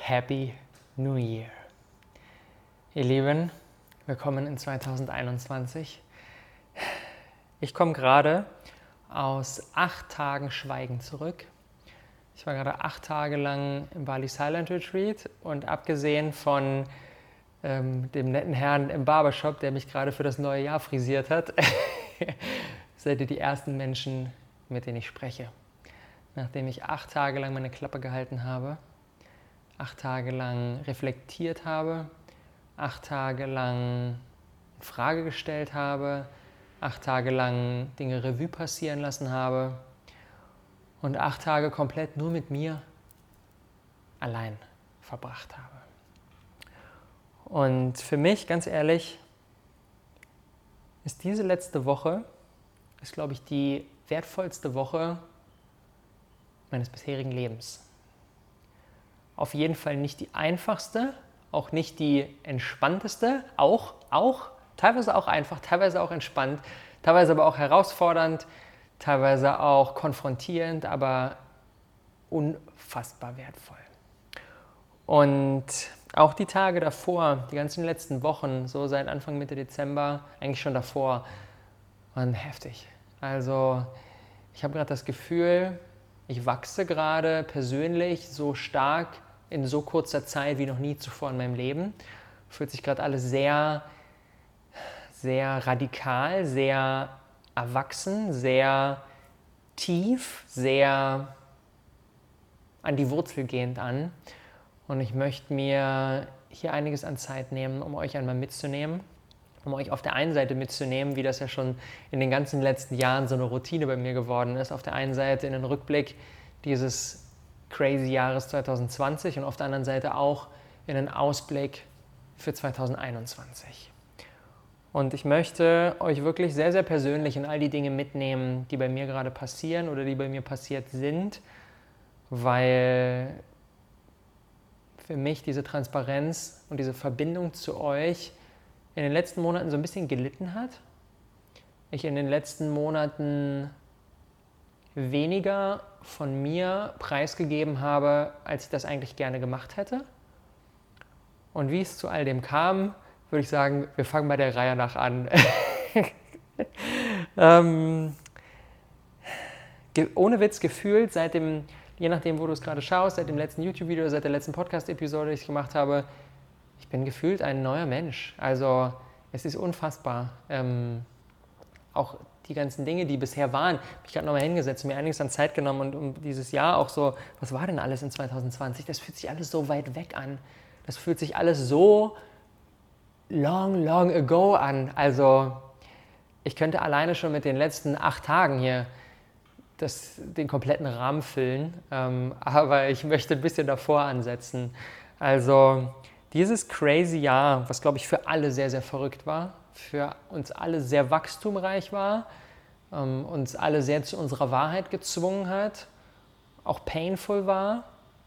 Happy New Year. Ihr Lieben, willkommen in 2021. Ich komme gerade aus 8 Tagen Schweigen zurück. Ich war gerade 8 Tage lang im Bali Silent Retreat und abgesehen von dem netten Herrn im Barbershop, der mich gerade für das neue Jahr frisiert hat, seid ihr die ersten Menschen, mit denen ich spreche. Nachdem ich 8 Tage lang meine Klappe gehalten habe, 8 Tage lang reflektiert habe, 8 Tage lang in Frage gestellt habe, 8 Tage lang Dinge Revue passieren lassen habe und 8 Tage komplett nur mit mir allein verbracht habe. Und für mich, ganz ehrlich, ist diese letzte Woche, glaube ich, die wertvollste Woche meines bisherigen Lebens. Auf jeden Fall nicht die einfachste, auch nicht die entspannteste, teilweise auch einfach, teilweise auch entspannt, teilweise aber auch herausfordernd, teilweise auch konfrontierend, aber unfassbar wertvoll. Und auch die Tage davor, die ganzen letzten Wochen, so seit Anfang Mitte Dezember, eigentlich schon davor, waren heftig. Also ich habe gerade das Gefühl, ich wachse gerade persönlich so stark in so kurzer Zeit wie noch nie zuvor in meinem Leben. Fühlt sich gerade alles sehr, sehr radikal, sehr erwachsen, sehr tief, sehr an die Wurzel gehend an. Und ich möchte mir hier einiges an Zeit nehmen, um euch einmal mitzunehmen, um euch auf der einen Seite mitzunehmen, wie das ja schon in den ganzen letzten Jahren so eine Routine bei mir geworden ist. Auf der einen Seite in den Rückblick dieses crazy Jahres 2020 und auf der anderen Seite auch in den Ausblick für 2021. Und ich möchte euch wirklich sehr, sehr persönlich in all die Dinge mitnehmen, die bei mir gerade passieren oder die bei mir passiert sind, weil für mich diese Transparenz und diese Verbindung zu euch in den letzten Monaten so ein bisschen gelitten hat. Ich in den letzten Monaten weniger von mir preisgegeben habe, als ich das eigentlich gerne gemacht hätte. Und wie es zu all dem kam, würde ich sagen, wir fangen bei der Reihe nach an. Ohne Witz gefühlt, je nachdem, wo du es gerade schaust, seit dem letzten YouTube-Video, seit der letzten Podcast-Episode, die ich gemacht habe, ich bin gefühlt ein neuer Mensch. Also es ist unfassbar. Auch die ganzen Dinge, die bisher waren, habe ich gerade nochmal hingesetzt, mir einiges an Zeit genommen und um dieses Jahr auch so, was war denn alles in 2020? Das fühlt sich alles so weit weg an. Das fühlt sich alles so long ago an. Also ich könnte alleine schon mit den letzten 8 Tagen hier den kompletten Rahmen füllen, aber ich möchte ein bisschen davor ansetzen. Also dieses crazy Jahr, was glaube ich für alle sehr, sehr verrückt war, für uns alle sehr wachstumreich war, uns alle sehr zu unserer Wahrheit gezwungen hat, auch painful war,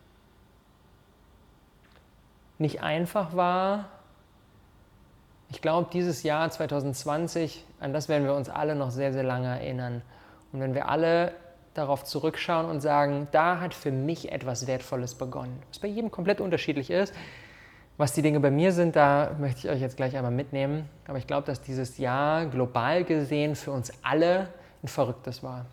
nicht einfach war. Ich glaube, dieses Jahr 2020, an das werden wir uns alle noch sehr, sehr lange erinnern. Und wenn wir alle darauf zurückschauen und sagen, da hat für mich etwas Wertvolles begonnen, was bei jedem komplett unterschiedlich ist. Was die Dinge bei mir sind, da möchte ich euch jetzt gleich einmal mitnehmen. Aber ich glaube, dass dieses Jahr global gesehen für uns alle ein verrücktes war.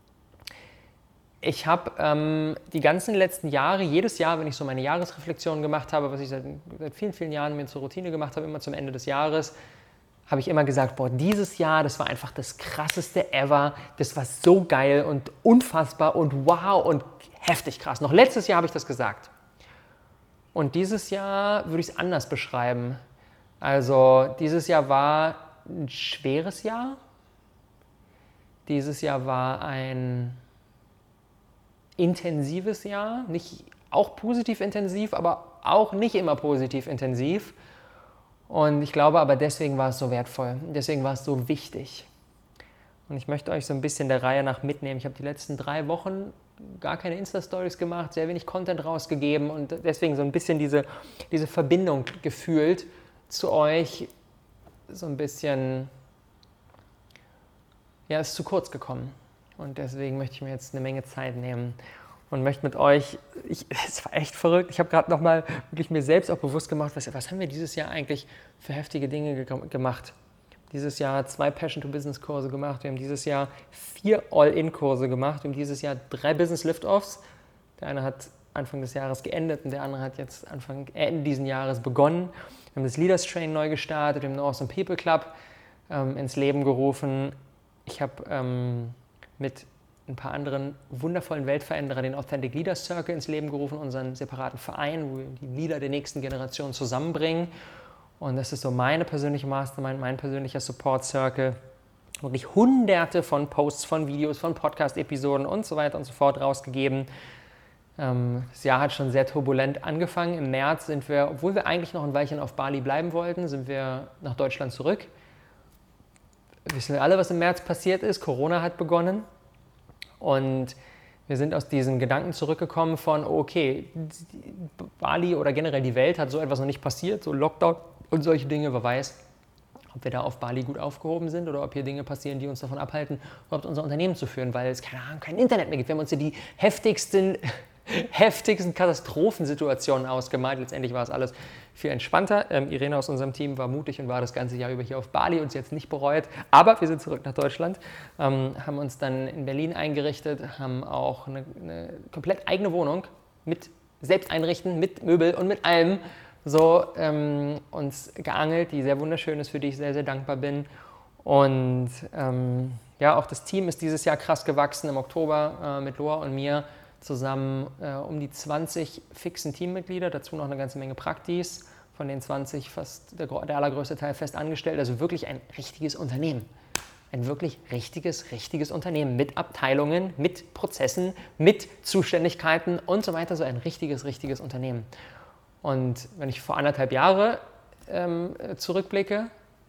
Ich habe die ganzen letzten Jahre, jedes Jahr, wenn ich so meine Jahresreflexion gemacht habe, was ich seit vielen, vielen Jahren mir zur Routine gemacht habe, immer zum Ende des Jahres, habe ich immer gesagt, boah, dieses Jahr, das war einfach das krasseste ever, das war so geil und unfassbar und wow und heftig krass. Noch letztes Jahr habe ich das gesagt. Und dieses Jahr würde ich es anders beschreiben. Also dieses Jahr war ein schweres Jahr. Dieses Jahr war ein intensives Jahr, nicht auch positiv intensiv, aber auch nicht immer positiv intensiv. Und ich glaube aber, deswegen war es so wertvoll, deswegen war es so wichtig. Und ich möchte euch so ein bisschen der Reihe nach mitnehmen. Ich habe die letzten 3 Wochen gar keine Insta-Stories gemacht, sehr wenig Content rausgegeben und deswegen so ein bisschen diese Verbindung gefühlt zu euch, so ein bisschen, ja, ist zu kurz gekommen. Und deswegen möchte ich mir jetzt eine Menge Zeit nehmen, und möchte mit euch, es war echt verrückt, ich habe gerade nochmal wirklich mir selbst auch bewusst gemacht, was haben wir dieses Jahr eigentlich für heftige Dinge gemacht. Dieses Jahr 2 Passion-to-Business-Kurse gemacht, wir haben dieses Jahr 4 All-In-Kurse gemacht, wir haben dieses Jahr 3 Business-Lift-Offs. Der eine hat Anfang des Jahres geendet und der andere hat jetzt Ende dieses Jahres begonnen. Wir haben das Leaders Train neu gestartet, wir haben den Awesome People Club ins Leben gerufen. Ich habe mit ein paar anderen wundervollen Weltveränderern den Authentic Leaders Circle ins Leben gerufen, unseren separaten Verein, wo wir die Leader der nächsten Generation zusammenbringen. Und das ist so meine persönliche Mastermind, mein persönlicher Support Circle. Wirklich hunderte von Posts, von Videos, von Podcast-Episoden und so weiter und so fort rausgegeben. Das Jahr hat schon sehr turbulent angefangen. Im März sind wir, obwohl wir eigentlich noch ein Weilchen auf Bali bleiben wollten, sind wir nach Deutschland zurück. Wissen wir alle, was im März passiert ist. Corona hat begonnen. Und wir sind aus diesen Gedanken zurückgekommen von, okay, Bali oder generell die Welt hat so etwas noch nicht passiert, so Lockdown und solche Dinge. Wer weiß, ob wir da auf Bali gut aufgehoben sind oder ob hier Dinge passieren, die uns davon abhalten, überhaupt unser Unternehmen zu führen, weil es, keine Ahnung, kein Internet mehr gibt. Wir haben uns hier die heftigsten Katastrophensituationen ausgemalt. Letztendlich war es alles viel entspannter. Irene aus unserem Team war mutig und war das ganze Jahr über hier auf Bali und sie jetzt nicht bereut. Aber wir sind zurück nach Deutschland, haben uns dann in Berlin eingerichtet, haben auch eine komplett eigene Wohnung mit selbst einrichten, mit Möbel und mit allem so uns geangelt, die sehr wunderschön ist, für die ich sehr, sehr dankbar bin. Und ja, auch das Team ist dieses Jahr krass gewachsen. Im Oktober mit Loa und mir zusammen um die 20 fixen Teammitglieder, dazu noch eine ganze Menge Praktis, von den 20 fast der allergrößte Teil fest angestellt, also wirklich ein richtiges Unternehmen. Ein wirklich richtiges Unternehmen mit Abteilungen, mit Prozessen, mit Zuständigkeiten und so weiter, so ein richtiges Unternehmen. Und wenn ich vor 1,5 Jahre zurückblicke,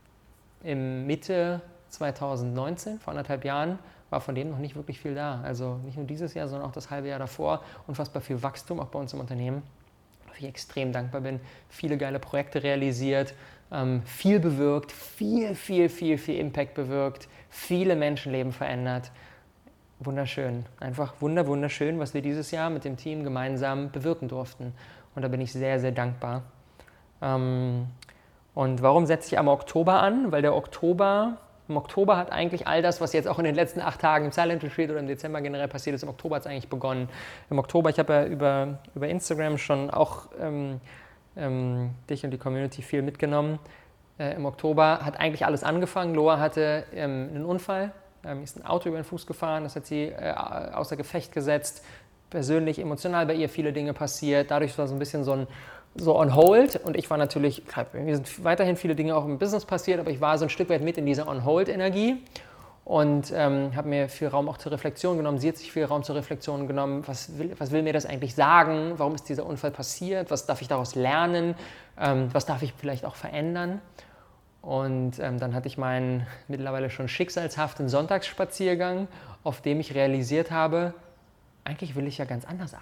im Mitte 2019, vor 1,5 Jahren, war von dem noch nicht wirklich viel da. Also nicht nur dieses Jahr, sondern auch das halbe Jahr davor. Unfassbar viel Wachstum, auch bei uns im Unternehmen, wofür ich extrem dankbar bin. Viele geile Projekte realisiert, viel bewirkt, viel Impact bewirkt, viele Menschenleben verändert. Wunderschön, einfach wunderschön, was wir dieses Jahr mit dem Team gemeinsam bewirken durften. Und da bin ich sehr, sehr dankbar. Und warum setze ich am Oktober an? Weil im Oktober hat eigentlich all das, was jetzt auch in den letzten 8 Tagen im Silent Retreat oder im Dezember generell passiert ist, im Oktober hat es eigentlich begonnen. Im Oktober, ich habe ja über Instagram schon auch dich und die Community viel mitgenommen. Im Oktober hat eigentlich alles angefangen. Loa hatte einen Unfall, ist ein Auto über den Fuß gefahren, das hat sie außer Gefecht gesetzt. Persönlich, emotional bei ihr viele Dinge passiert. Dadurch war so ein bisschen so on hold und ich war natürlich, mir sind weiterhin viele Dinge auch im Business passiert, aber ich war so ein Stück weit mit in dieser On-Hold-Energie und habe mir viel Raum auch zur Reflexion genommen. Sie hat sich viel Raum zur Reflexion genommen. Was will mir das eigentlich sagen? Warum ist dieser Unfall passiert? Was darf ich daraus lernen? Was darf ich vielleicht auch verändern? Und dann hatte ich meinen mittlerweile schon schicksalshaften Sonntagsspaziergang, auf dem ich realisiert habe, eigentlich will ich ja ganz anders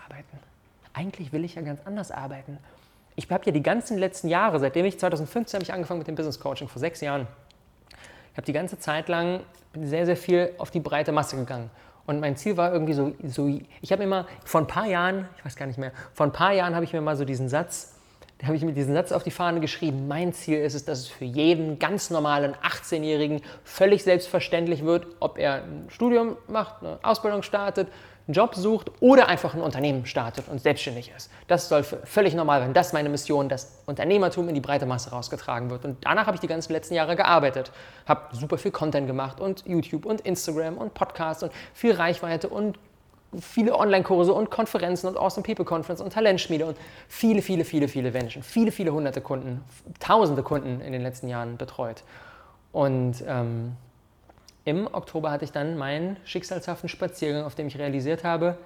arbeiten. Ich habe ja die ganzen letzten Jahre, seitdem 2015 habe ich angefangen mit dem Business Coaching, vor 6 Jahren. Ich habe die ganze Zeit lang sehr, sehr viel auf die breite Masse gegangen. Und mein Ziel war irgendwie so ich habe immer vor ein paar Jahren, ich weiß gar nicht mehr, habe ich mir mal so diesen Satz auf die Fahne geschrieben. Mein Ziel ist es, dass es für jeden ganz normalen 18-Jährigen völlig selbstverständlich wird, ob er ein Studium macht, eine Ausbildung startet, einen Job sucht oder einfach ein Unternehmen startet und selbstständig ist. Das soll völlig normal werden. Das ist meine Mission, dass Unternehmertum in die breite Masse rausgetragen wird. Und danach habe ich die ganzen letzten Jahre gearbeitet. Habe super viel Content gemacht und YouTube und Instagram und Podcasts und viel Reichweite und viele Online-Kurse und Konferenzen und Awesome People Conference und Talentschmiede und viele Menschen, viele hunderte Kunden, tausende Kunden in den letzten Jahren betreut. Und im Oktober hatte ich dann meinen schicksalshaften Spaziergang, auf dem ich realisiert habe,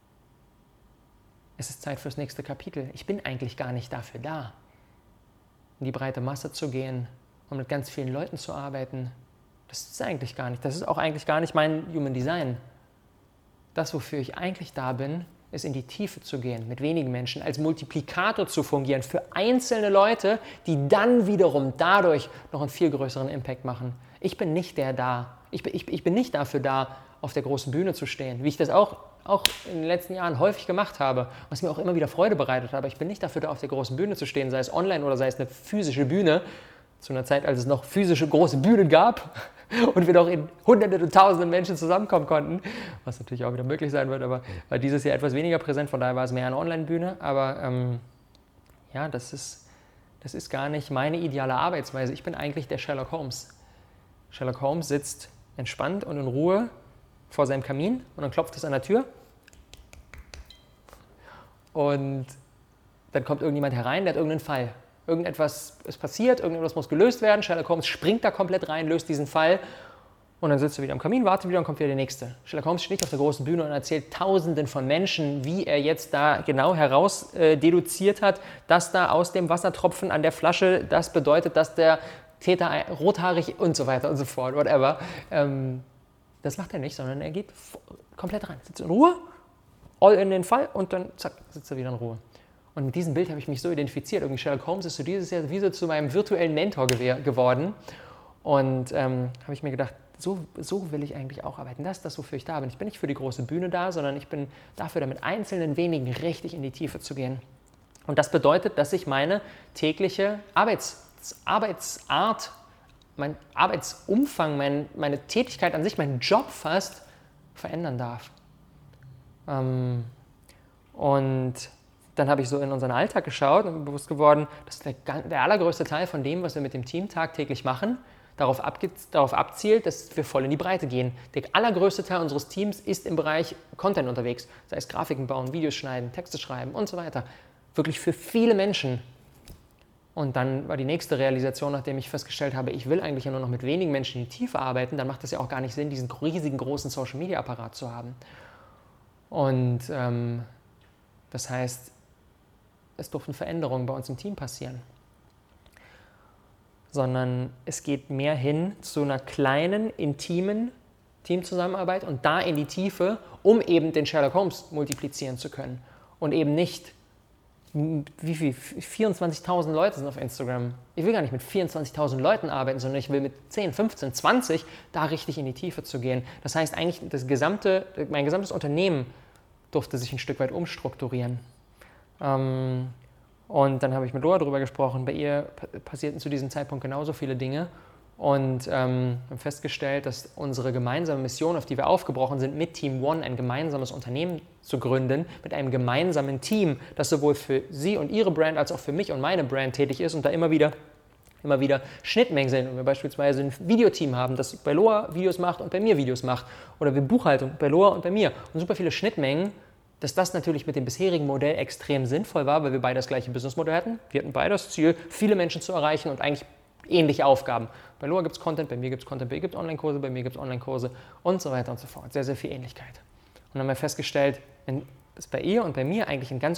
es ist Zeit fürs nächste Kapitel. Ich bin eigentlich gar nicht dafür da, in die breite Masse zu gehen und mit ganz vielen Leuten zu arbeiten. Das ist eigentlich gar nicht. Das ist auch eigentlich gar nicht mein Human Design. Das, wofür ich eigentlich da bin, ist in die Tiefe zu gehen, mit wenigen Menschen, als Multiplikator zu fungieren für einzelne Leute, die dann wiederum dadurch noch einen viel größeren Impact machen. Ich bin nicht bin nicht dafür da, auf der großen Bühne zu stehen, wie ich das auch auch in den letzten Jahren häufig gemacht habe, was mir auch immer wieder Freude bereitet hat. Aber ich bin nicht dafür da, auf der großen Bühne zu stehen, sei es online oder sei es eine physische Bühne, zu einer Zeit, als es noch physische große Bühnen gab und wir noch in Hunderte und Tausenden Menschen zusammenkommen konnten, was natürlich auch wieder möglich sein wird, aber war dieses Jahr etwas weniger präsent, von daher war es mehr eine Online-Bühne. Aber ja, das ist gar nicht meine ideale Arbeitsweise. Ich bin eigentlich der Sherlock Holmes. Sherlock Holmes sitzt entspannt und in Ruhe vor seinem Kamin und dann klopft es an der Tür und dann kommt irgendjemand herein, der hat irgendeinen Fall. Irgendetwas ist passiert, irgendetwas muss gelöst werden. Sherlock Holmes springt da komplett rein, löst diesen Fall und dann sitzt er wieder am Kamin, wartet wieder und kommt wieder der Nächste. Sherlock Holmes steht nicht auf der großen Bühne und erzählt Tausenden von Menschen, wie er jetzt da genau heraus deduziert hat, dass da aus dem Wassertropfen an der Flasche das bedeutet, dass der Täter rothaarig und so weiter und so fort, whatever. Das macht er nicht, sondern er geht komplett rein, sitzt in Ruhe, all in den Fall und dann zack, sitzt er wieder in Ruhe. Und mit diesem Bild habe ich mich so identifiziert. Irgendwie Sherlock Holmes ist so dieses Jahr wie so zu meinem virtuellen Mentor geworden. Und habe ich mir gedacht, so will ich eigentlich auch arbeiten. Das ist das, wofür ich da bin. Ich bin nicht für die große Bühne da, sondern ich bin dafür, da mit einzelnen wenigen richtig in die Tiefe zu gehen. Und das bedeutet, dass ich meine tägliche Arbeitsart, mein Arbeitsumfang, meine Tätigkeit an sich, meinen Job fast verändern darf. Und dann habe ich so in unseren Alltag geschaut und mir bewusst geworden, dass der allergrößte Teil von dem, was wir mit dem Team tagtäglich machen, darauf abzielt, dass wir voll in die Breite gehen. Der allergrößte Teil unseres Teams ist im Bereich Content unterwegs, sei es Grafiken bauen, Videos schneiden, Texte schreiben und so weiter. Wirklich für viele Menschen. Und dann war die nächste Realisation, nachdem ich festgestellt habe, ich will eigentlich ja nur noch mit wenigen Menschen in die Tiefe arbeiten, dann macht es ja auch gar nicht Sinn, diesen riesigen, großen Social-Media-Apparat zu haben. Und das heißt, es durften Veränderungen bei uns im Team passieren. Sondern es geht mehr hin zu einer kleinen, intimen Teamzusammenarbeit und da in die Tiefe, um eben den Sherlock Holmes multiplizieren zu können. Und eben nicht, wie viel, 24.000 Leute sind auf Instagram. Ich will gar nicht mit 24.000 Leuten arbeiten, sondern ich will mit 10, 15, 20 da richtig in die Tiefe zu gehen. Das heißt eigentlich, mein gesamtes Unternehmen durfte sich ein Stück weit umstrukturieren. Und dann habe ich mit Loa darüber gesprochen. Bei ihr passierten zu diesem Zeitpunkt genauso viele Dinge. Und haben festgestellt, dass unsere gemeinsame Mission, auf die wir aufgebrochen sind, mit Team One ein gemeinsames Unternehmen zu gründen, mit einem gemeinsamen Team, das sowohl für sie und ihre Brand als auch für mich und meine Brand tätig ist und da immer wieder Schnittmengen sind. Und wir beispielsweise ein Videoteam haben, das bei Loa Videos macht und bei mir Videos macht. Oder wir Buchhaltung bei Loa und bei mir. Und super viele Schnittmengen, dass das natürlich mit dem bisherigen Modell extrem sinnvoll war, weil wir beide das gleiche Businessmodell hatten. Wir hatten beide das Ziel, viele Menschen zu erreichen und eigentlich ähnliche Aufgaben. Bei Loa gibt es Content, bei mir gibt es Content, bei ihr gibt es Online-Kurse, bei mir gibt es Online-Kurse und so weiter und so fort. Sehr, sehr viel Ähnlichkeit. Und dann haben wir festgestellt, wenn es bei ihr und bei mir eigentlich ein ganz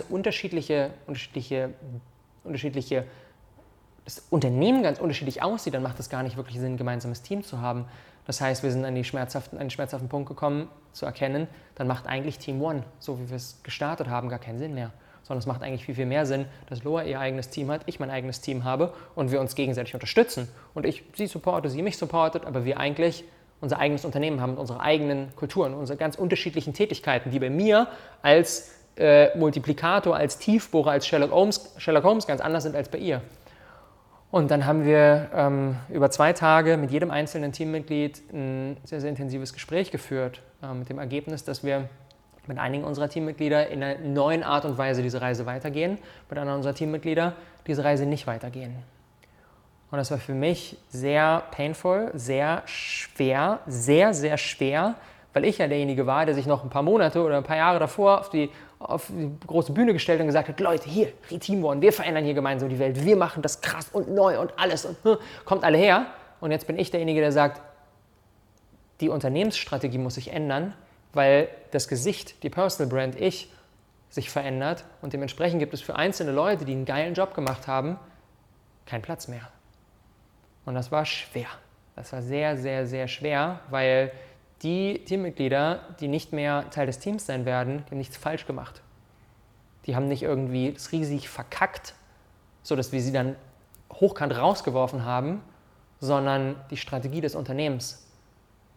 das Unternehmen ganz unterschiedlich aussieht, dann macht es gar nicht wirklich Sinn, ein gemeinsames Team zu haben. Das heißt, wir sind an den schmerzhaften Punkt gekommen, zu erkennen, dann macht eigentlich Team One, so wie wir es gestartet haben, gar keinen Sinn mehr. Sondern es macht eigentlich viel, viel mehr Sinn, dass Loa ihr eigenes Team hat, ich mein eigenes Team habe und wir uns gegenseitig unterstützen. Und ich sie supporte, sie mich supportet, aber wir eigentlich unser eigenes Unternehmen haben mit unseren eigenen Kulturen, unsere ganz unterschiedlichen Tätigkeiten, die bei mir als Multiplikator, als Tiefbohrer, als Sherlock Holmes ganz anders sind als bei ihr. Und dann haben wir über 2 Tage mit jedem einzelnen Teammitglied ein sehr, sehr intensives Gespräch geführt, mit dem Ergebnis, dass wir mit einigen unserer Teammitglieder in einer neuen Art und Weise diese Reise weitergehen, mit anderen unserer Teammitglieder diese Reise nicht weitergehen. Und das war für mich sehr painful, sehr schwer, sehr, sehr schwer, weil ich ja derjenige war, der sich noch ein paar Monate oder ein paar Jahre davor auf die große Bühne gestellt und gesagt hat, Leute, hier, Team One, wir verändern hier gemeinsam die Welt, wir machen das krass und neu und alles und kommt alle her. Und jetzt bin ich derjenige, der sagt, die Unternehmensstrategie muss sich ändern, weil das Gesicht, die Personal Brand, ich, sich verändert und dementsprechend gibt es für einzelne Leute, die einen geilen Job gemacht haben, keinen Platz mehr. Und das war schwer. Das war sehr, sehr, sehr schwer, weil die Teammitglieder, die nicht mehr Teil des Teams sein werden, die haben nichts falsch gemacht. Die haben nicht irgendwie das riesig verkackt, sodass wir sie dann hochkant rausgeworfen haben, sondern die Strategie des Unternehmens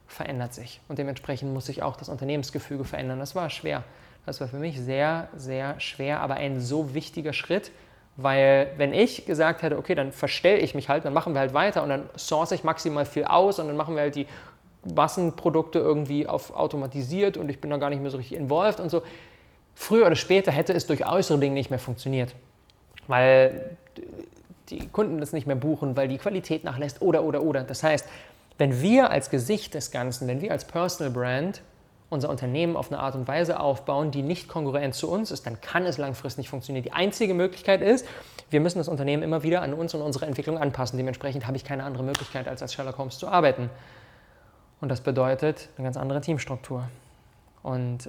verändert sich. Und dementsprechend muss sich auch das Unternehmensgefüge verändern. Das war schwer. Das war für mich sehr, sehr schwer, aber ein so wichtiger Schritt, weil wenn ich gesagt hätte, okay, dann verstelle ich mich halt, dann machen wir halt weiter und dann source ich maximal viel aus und dann machen wir halt die Massenprodukte irgendwie auf automatisiert und ich bin da gar nicht mehr so richtig involved und so. Früher oder später hätte es durch äußere Dinge nicht mehr funktioniert, weil die Kunden das nicht mehr buchen, weil die Qualität nachlässt oder. Das heißt, wenn wir als Gesicht des Ganzen, wenn wir als Personal Brand unser Unternehmen auf eine Art und Weise aufbauen, die nicht kongruent zu uns ist, dann kann es langfristig nicht funktionieren. Die einzige Möglichkeit ist, wir müssen das Unternehmen immer wieder an uns und unsere Entwicklung anpassen. Dementsprechend habe ich keine andere Möglichkeit, als Sherlock Holmes zu arbeiten. Und das bedeutet eine ganz andere Teamstruktur. Und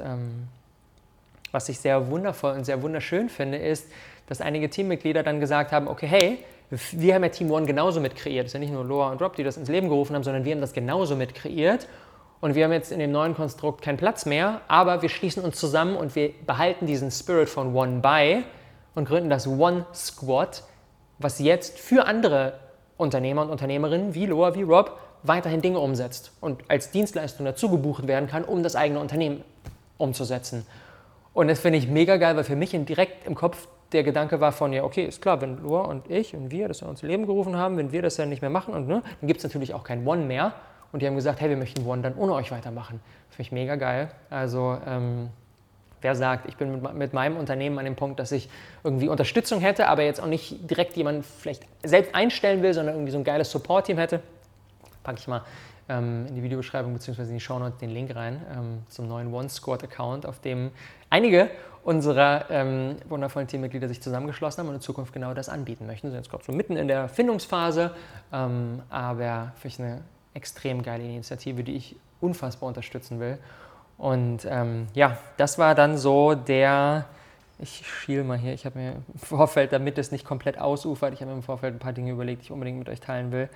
was ich sehr wundervoll und sehr wunderschön finde, ist, dass einige Teammitglieder dann gesagt haben, okay, hey, wir haben ja Team One genauso mit kreiert. Es ist ja nicht nur Loa und Rob, die das ins Leben gerufen haben, sondern wir haben das genauso mit kreiert. Und wir haben jetzt in dem neuen Konstrukt keinen Platz mehr, aber wir schließen uns zusammen und wir behalten diesen Spirit von One bei und gründen das One Squad, was jetzt für andere Unternehmer und Unternehmerinnen wie Loa, wie Rob weiterhin Dinge umsetzt und als Dienstleistung dazu gebucht werden kann, um das eigene Unternehmen umzusetzen. Und das finde ich mega geil, weil für mich direkt im Kopf der Gedanke war von, ja okay, ist klar, wenn Loa und ich und wir das ja ins Leben gerufen haben, wenn wir das ja nicht mehr machen, und, ne, dann gibt es natürlich auch kein One mehr. Und die haben gesagt, hey, wir möchten One dann ohne euch weitermachen. Finde ich mega geil. Also wer sagt, ich bin mit meinem Unternehmen an dem Punkt, dass ich irgendwie Unterstützung hätte, aber jetzt auch nicht direkt jemanden vielleicht selbst einstellen will, sondern irgendwie so ein geiles Support-Team hätte, packe ich mal in die Videobeschreibung bzw. in die Shownotes den Link rein zum neuen One-Squad-Account, auf dem einige unserer wundervollen Teammitglieder sich zusammengeschlossen haben und in Zukunft genau das anbieten möchten. Wir sind jetzt gerade so mitten in der Findungsphase, aber finde ich eine extrem geile Initiative, die ich unfassbar unterstützen will. Und ja, das war dann so ich schiele mal hier, ich habe mir im Vorfeld, damit es nicht komplett ausufert, ich habe mir im Vorfeld ein paar Dinge überlegt, die ich unbedingt mit euch teilen will.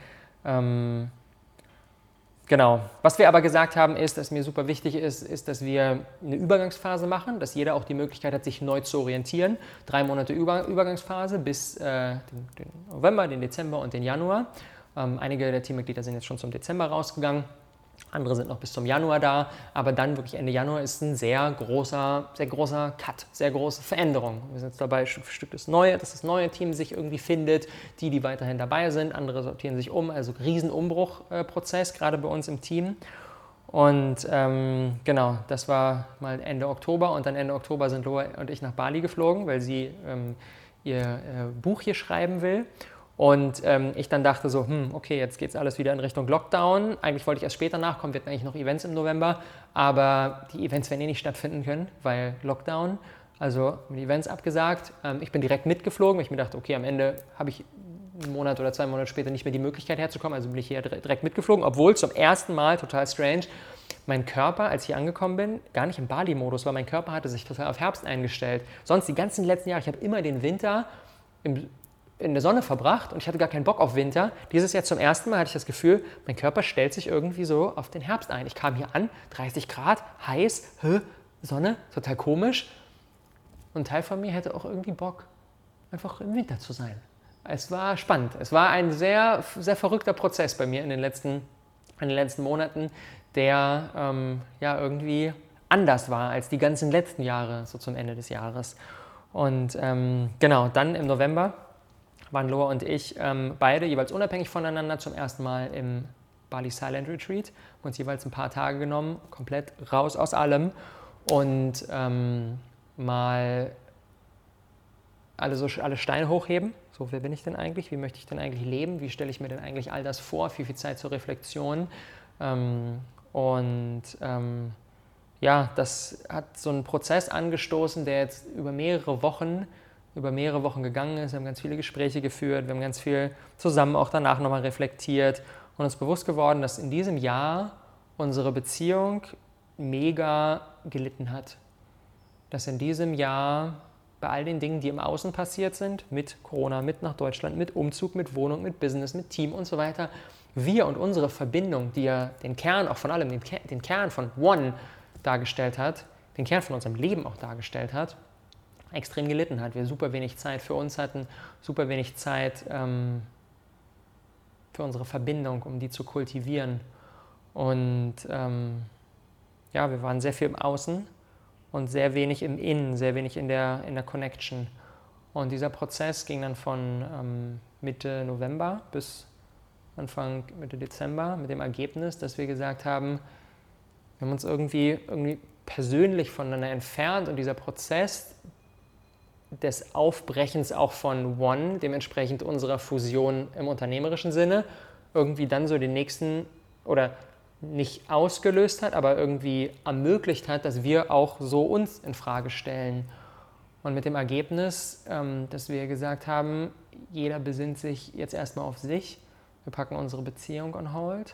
Genau. Was wir aber gesagt haben ist, dass mir super wichtig ist, dass wir eine Übergangsphase machen, dass jeder auch die Möglichkeit hat, sich neu zu orientieren. 3 Monate Übergangsphase bis den November, den Dezember und den Januar. Einige der Teammitglieder sind jetzt schon zum Dezember rausgegangen, andere sind noch bis zum Januar da, aber dann wirklich Ende Januar ist ein sehr großer Cut, sehr große Veränderung. Wir sind jetzt dabei, Stück für Stück dass das neue Team sich irgendwie findet, die weiterhin dabei sind, andere sortieren sich um, also Riesenumbruchprozess, gerade bei uns im Team. Und genau, das war mal Ende Oktober und dann Ende Oktober sind Loa und ich nach Bali geflogen, weil sie ihr Buch hier schreiben will. Und ich dann dachte so, okay, jetzt geht es alles wieder in Richtung Lockdown. Eigentlich wollte ich erst später nachkommen, wir hatten eigentlich noch Events im November, aber die Events werden nicht stattfinden können, weil Lockdown. Also die Events abgesagt. Ich bin direkt mitgeflogen, weil ich mir dachte, okay, am Ende habe ich einen Monat oder 2 Monate später nicht mehr die Möglichkeit herzukommen, also bin ich hier direkt mitgeflogen, obwohl zum ersten Mal, total strange, mein Körper, als ich hier angekommen bin, gar nicht im Bali-Modus war. Mein Körper hatte sich total auf Herbst eingestellt. Sonst die ganzen letzten Jahre, ich habe immer den Winter in der Sonne verbracht und ich hatte gar keinen Bock auf Winter. Dieses Jahr zum ersten Mal hatte ich das Gefühl, mein Körper stellt sich irgendwie so auf den Herbst ein. Ich kam hier an, 30 Grad, heiß, Sonne, total komisch. Und ein Teil von mir hätte auch irgendwie Bock, einfach im Winter zu sein. Es war spannend. Es war ein sehr, sehr verrückter Prozess bei mir in den letzten Monaten, der ja irgendwie anders war als die ganzen letzten Jahre, so zum Ende des Jahres. Und genau, dann im November waren Loa und ich beide jeweils unabhängig voneinander zum ersten Mal im Bali Silent Retreat, haben uns jeweils ein paar Tage genommen, komplett raus aus allem und mal alle Steine hochheben. So, wer bin ich denn eigentlich? Wie möchte ich denn eigentlich leben? Wie stelle ich mir denn eigentlich all das vor? Viel Zeit zur Reflexion. Ja, das hat so einen Prozess angestoßen, der jetzt über mehrere Wochen gegangen ist. Wir haben ganz viele Gespräche geführt, wir haben ganz viel zusammen auch danach nochmal reflektiert und uns bewusst geworden, dass in diesem Jahr unsere Beziehung mega gelitten hat. Dass in diesem Jahr bei all den Dingen, die im Außen passiert sind, mit Corona, mit nach Deutschland, mit Umzug, mit Wohnung, mit Business, mit Team und so weiter, wir und unsere Verbindung, die ja den Kern auch von allem, den Kern von One dargestellt hat, den Kern von unserem Leben auch dargestellt hat, extrem gelitten hat. Wir super wenig Zeit für uns hatten, super wenig Zeit für unsere Verbindung, um die zu kultivieren. Und wir waren sehr viel im Außen und sehr wenig im Innen, sehr wenig in der Connection. Und dieser Prozess ging dann von Mitte November bis Anfang Mitte Dezember mit dem Ergebnis, dass wir gesagt haben, wir haben uns irgendwie persönlich voneinander entfernt und dieser Prozess des Aufbrechens auch von One, dementsprechend unserer Fusion im unternehmerischen Sinne, irgendwie dann so den nächsten oder nicht ausgelöst hat, aber irgendwie ermöglicht hat, dass wir auch so uns in Frage stellen. Und mit dem Ergebnis, dass wir gesagt haben, jeder besinnt sich jetzt erstmal auf sich, wir packen unsere Beziehung on hold.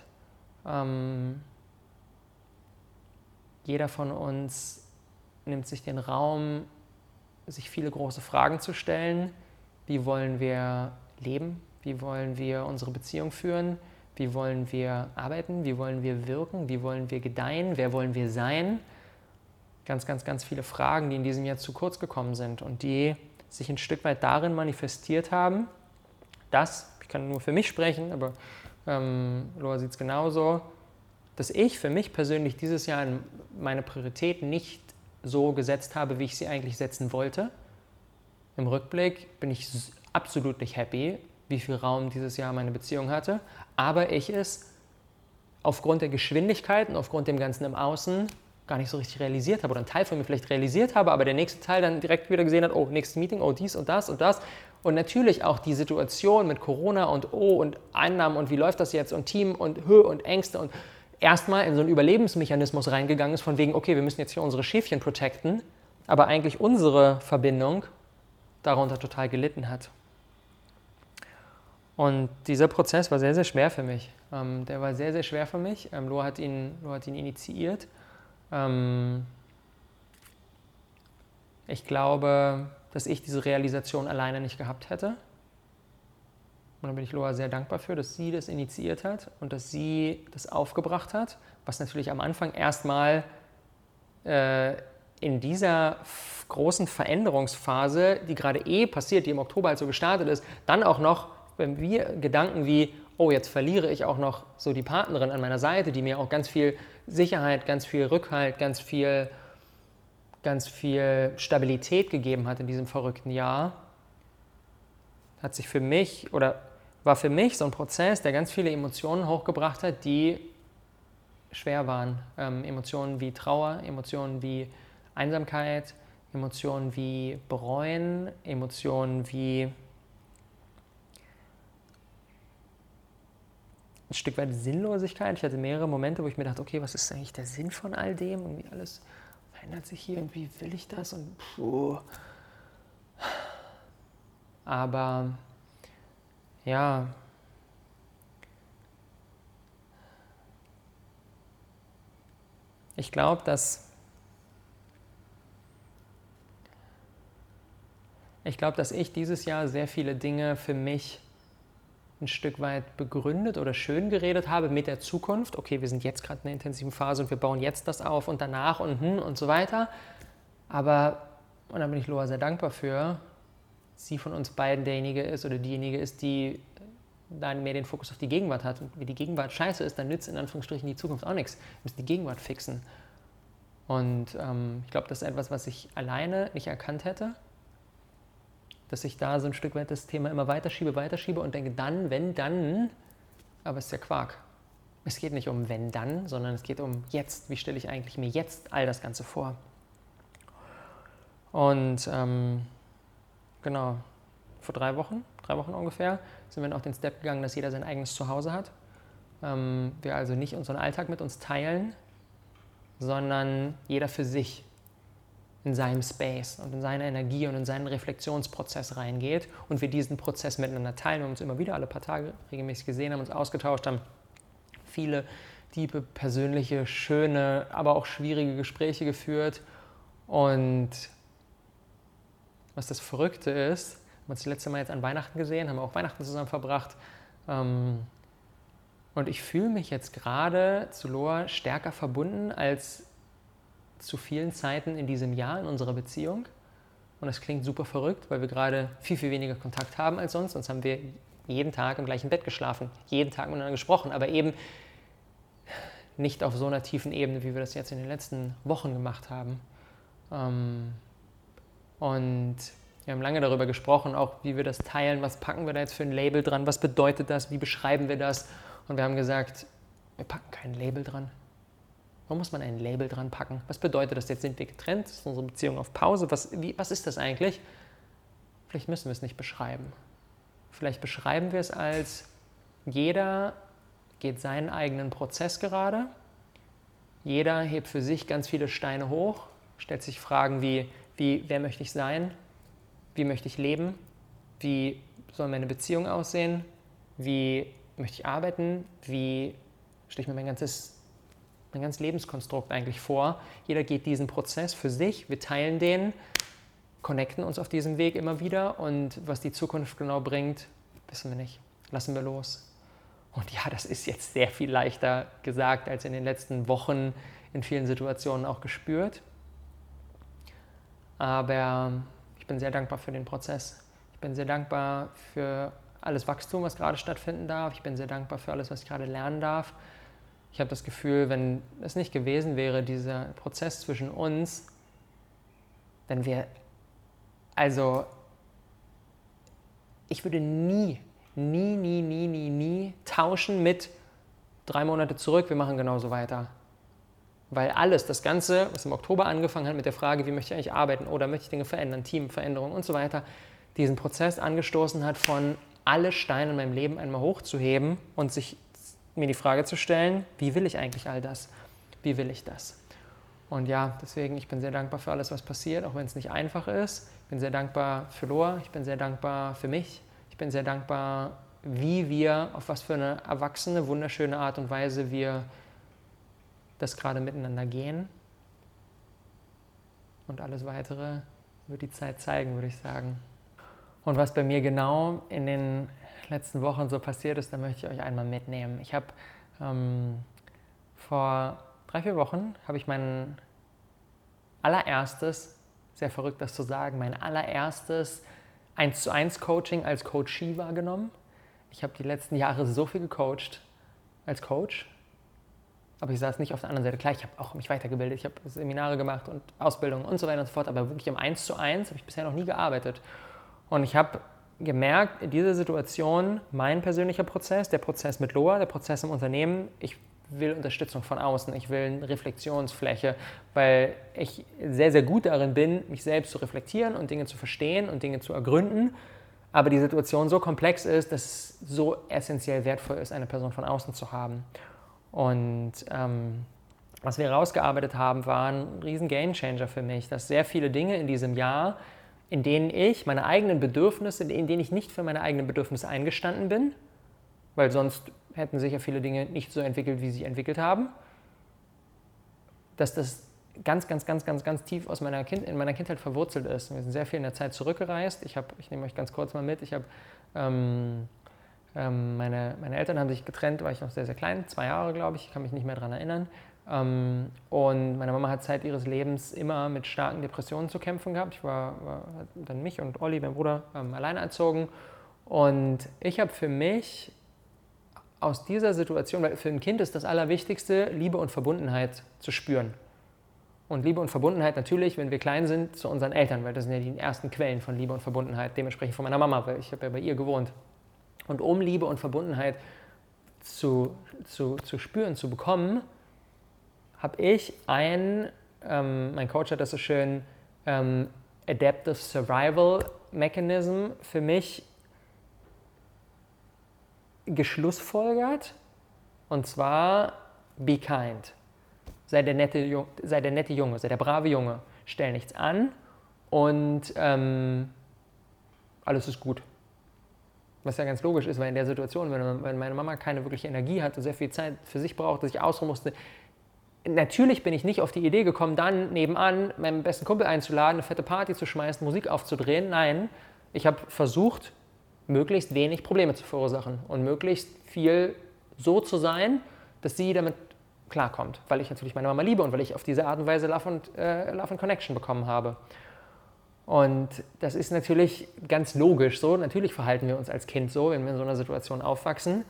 Jeder von uns nimmt sich den Raum, sich viele große Fragen zu stellen. Wie wollen wir leben? Wie wollen wir unsere Beziehung führen? Wie wollen wir arbeiten? Wie wollen wir wirken? Wie wollen wir gedeihen? Wer wollen wir sein? Ganz, ganz, ganz viele Fragen, die in diesem Jahr zu kurz gekommen sind und die sich ein Stück weit darin manifestiert haben, dass, ich kann nur für mich sprechen, aber Loa sieht es genauso, dass ich für mich persönlich dieses Jahr meine Prioritäten nicht so gesetzt habe, wie ich sie eigentlich setzen wollte. Im Rückblick bin ich absolut nicht happy, wie viel Raum dieses Jahr meine Beziehung hatte, aber ich es aufgrund der Geschwindigkeit und aufgrund dem Ganzen im Außen gar nicht so richtig realisiert habe oder ein Teil von mir vielleicht realisiert habe, aber der nächste Teil dann direkt wieder gesehen hat, oh, nächstes Meeting, oh, dies und das und das. Und natürlich auch die Situation mit Corona und und Einnahmen und wie läuft das jetzt und Team und Höhe und Ängste und erstmal in so einen Überlebensmechanismus reingegangen ist von wegen, okay, wir müssen jetzt hier unsere Schäfchen protecten, aber eigentlich unsere Verbindung darunter total gelitten hat. Und dieser Prozess war sehr, sehr schwer für mich. Der war sehr, sehr schwer für mich. Loa hat ihn initiiert. Ich glaube, dass ich diese Realisation alleine nicht gehabt hätte. Und da bin ich Loa sehr dankbar für, dass sie das initiiert hat und dass sie das aufgebracht hat, was natürlich am Anfang erstmal in dieser großen Veränderungsphase, die gerade passiert, die im Oktober halt so gestartet ist, dann auch noch, wenn wir Gedanken wie, oh, jetzt verliere ich auch noch so die Partnerin an meiner Seite, die mir auch ganz viel Sicherheit, ganz viel Rückhalt, ganz viel Stabilität gegeben hat in diesem verrückten Jahr, hat sich für mich oder war für mich so ein Prozess, der ganz viele Emotionen hochgebracht hat, die schwer waren. Emotionen wie Trauer, Emotionen wie Einsamkeit, Emotionen wie Bereuen, Emotionen wie ein Stück weit Sinnlosigkeit. Ich hatte mehrere Momente, wo ich mir dachte, okay, was ist eigentlich der Sinn von all dem? Irgendwie alles verändert sich hier, irgendwie will ich das und aber ja, ich glaube, dass ich dieses Jahr sehr viele Dinge für mich ein Stück weit begründet oder schön geredet habe mit der Zukunft. Okay, wir sind jetzt gerade in einer intensiven Phase und wir bauen jetzt das auf und danach und so weiter. Aber, und da bin ich Loa sehr dankbar für, sie von uns beiden derjenige ist oder diejenige ist, die dann mehr den Fokus auf die Gegenwart hat. Und wenn die Gegenwart scheiße ist, dann nützt in Anführungsstrichen die Zukunft auch nichts. Wir müssen die Gegenwart fixen. Und ich glaube, das ist etwas, was ich alleine nicht erkannt hätte. Dass ich da so ein Stück weit das Thema immer weiterschiebe und denke, dann, wenn, dann, aber es ist ja Quark. Es geht nicht um wenn, dann, sondern es geht um jetzt. Wie stelle ich eigentlich mir jetzt all das Ganze vor? Und genau, vor 3 Wochen ungefähr, sind wir dann auch den Step gegangen, dass jeder sein eigenes Zuhause hat. Wir also nicht unseren Alltag mit uns teilen, sondern jeder für sich in seinem Space und in seine Energie und in seinen Reflexionsprozess reingeht und wir diesen Prozess miteinander teilen. Wir haben uns immer wieder alle paar Tage regelmäßig gesehen, haben uns ausgetauscht, haben viele tiefe, persönliche, schöne, aber auch schwierige Gespräche geführt. Und was das Verrückte ist, haben wir uns das letzte Mal jetzt an Weihnachten gesehen, haben auch Weihnachten zusammen verbracht. Und ich fühle mich jetzt gerade zu Loa stärker verbunden als zu vielen Zeiten in diesem Jahr in unserer Beziehung. Und das klingt super verrückt, weil wir gerade viel, viel weniger Kontakt haben als sonst. Sonst haben wir jeden Tag im gleichen Bett geschlafen, jeden Tag miteinander gesprochen. Aber eben nicht auf so einer tiefen Ebene, wie wir das jetzt in den letzten Wochen gemacht haben. Und wir haben lange darüber gesprochen, auch wie wir das teilen, was packen wir da jetzt für ein Label dran, was bedeutet das, wie beschreiben wir das. Und wir haben gesagt, wir packen kein Label dran. Warum muss man ein Label dran packen? Was bedeutet das? Jetzt sind wir getrennt, ist unsere Beziehung auf Pause. Was ist das eigentlich? Vielleicht müssen wir es nicht beschreiben. Vielleicht beschreiben wir es als, jeder geht seinen eigenen Prozess gerade. Jeder hebt für sich ganz viele Steine hoch, stellt sich Fragen wie wer möchte ich sein? Wie möchte ich leben? Wie soll meine Beziehung aussehen? Wie möchte ich arbeiten? Wie stelle ich mir mein ganzes Lebenskonstrukt eigentlich vor? Jeder geht diesen Prozess für sich, wir teilen den, connecten uns auf diesem Weg immer wieder und was die Zukunft genau bringt, wissen wir nicht. Lassen wir los. Und ja, das ist jetzt sehr viel leichter gesagt als in den letzten Wochen in vielen Situationen auch gespürt. Aber ich bin sehr dankbar für den Prozess. Ich bin sehr dankbar für alles Wachstum, was gerade stattfinden darf. Ich bin sehr dankbar für alles, was ich gerade lernen darf. Ich habe das Gefühl, wenn es nicht gewesen wäre, dieser Prozess zwischen uns, dann ich würde nie tauschen mit 3 Monate zurück, wir machen genauso weiter. Weil das Ganze, was im Oktober angefangen hat mit der Frage, wie möchte ich eigentlich arbeiten oder möchte ich Dinge verändern, Teamveränderungen und so weiter, diesen Prozess angestoßen hat, von alle Steine in meinem Leben einmal hochzuheben und mir die Frage zu stellen, wie will ich eigentlich all das? Wie will ich das? Und ja, deswegen, ich bin sehr dankbar für alles, was passiert, auch wenn es nicht einfach ist. Ich bin sehr dankbar für Loa, ich bin sehr dankbar für mich. Ich bin sehr dankbar, auf was für eine erwachsene, wunderschöne Art und Weise wir das gerade miteinander gehen. Und alles Weitere wird die Zeit zeigen, würde ich sagen. Und was bei mir genau in den letzten Wochen so passiert ist, da möchte ich euch einmal mitnehmen. Ich habe vor 3-4 Wochen habe ich mein allererstes, sehr verrückt das zu sagen, mein allererstes 1:1 Coaching als Coachee wahrgenommen. Ich habe die letzten Jahre so viel gecoacht als Coach, aber ich saß nicht auf der anderen Seite. Klar, ich habe auch mich weitergebildet, ich habe Seminare gemacht und Ausbildungen und so weiter und so fort, aber wirklich im 1:1 habe ich bisher noch nie gearbeitet. Und ich habe gemerkt, in dieser Situation, mein persönlicher Prozess, der Prozess mit Loa, der Prozess im Unternehmen, ich will Unterstützung von außen, ich will eine Reflexionsfläche, weil ich sehr, sehr gut darin bin, mich selbst zu reflektieren und Dinge zu verstehen und Dinge zu ergründen, aber die Situation so komplex ist, dass es so essentiell wertvoll ist, eine Person von außen zu haben. Und was wir herausgearbeitet haben, war ein riesen Gamechanger für mich, dass sehr viele Dinge in diesem Jahr, in denen ich meine eigenen Bedürfnisse, in denen ich nicht für meine eigenen Bedürfnisse eingestanden bin, weil sonst hätten sich ja viele Dinge nicht so entwickelt, wie sie sich entwickelt haben, dass das ganz tief in meiner Kindheit verwurzelt ist. Wir sind sehr viel in der Zeit zurückgereist. Ich nehme euch ganz kurz mal mit, meine Eltern haben sich getrennt, war ich noch sehr, sehr klein, 2 Jahre, glaube ich kann mich nicht mehr daran erinnern. Und meine Mama hat Zeit ihres Lebens immer mit starken Depressionen zu kämpfen gehabt. Ich war dann mich und Olli, mein Bruder, alleine erzogen. Und ich habe für mich aus dieser Situation, weil für ein Kind ist das Allerwichtigste, Liebe und Verbundenheit zu spüren. Und Liebe und Verbundenheit natürlich, wenn wir klein sind, zu unseren Eltern, weil das sind ja die ersten Quellen von Liebe und Verbundenheit, dementsprechend von meiner Mama, weil ich habe ja bei ihr gewohnt. Und um Liebe und Verbundenheit zu spüren, zu bekommen, habe ich mein Coach hat das so schön, Adaptive Survival Mechanism für mich geschlussfolgert, und zwar be kind. Sei der nette Junge, sei der brave Junge, stell nichts an und alles ist gut. Was ja ganz logisch ist, weil in der Situation, wenn meine Mama keine wirkliche Energie hatte, sehr viel Zeit für sich brauchte, sich ausruhen musste, natürlich bin ich nicht auf die Idee gekommen, dann nebenan meinen besten Kumpel einzuladen, eine fette Party zu schmeißen, Musik aufzudrehen. Nein, ich habe versucht, möglichst wenig Probleme zu verursachen und möglichst viel so zu sein, dass sie damit klarkommt, weil ich natürlich meine Mama liebe und weil ich auf diese Art und Weise Love and Connection bekommen habe. Und das ist natürlich ganz logisch so. Natürlich verhalten wir uns als Kind so, wenn wir in so einer Situation aufwachsen.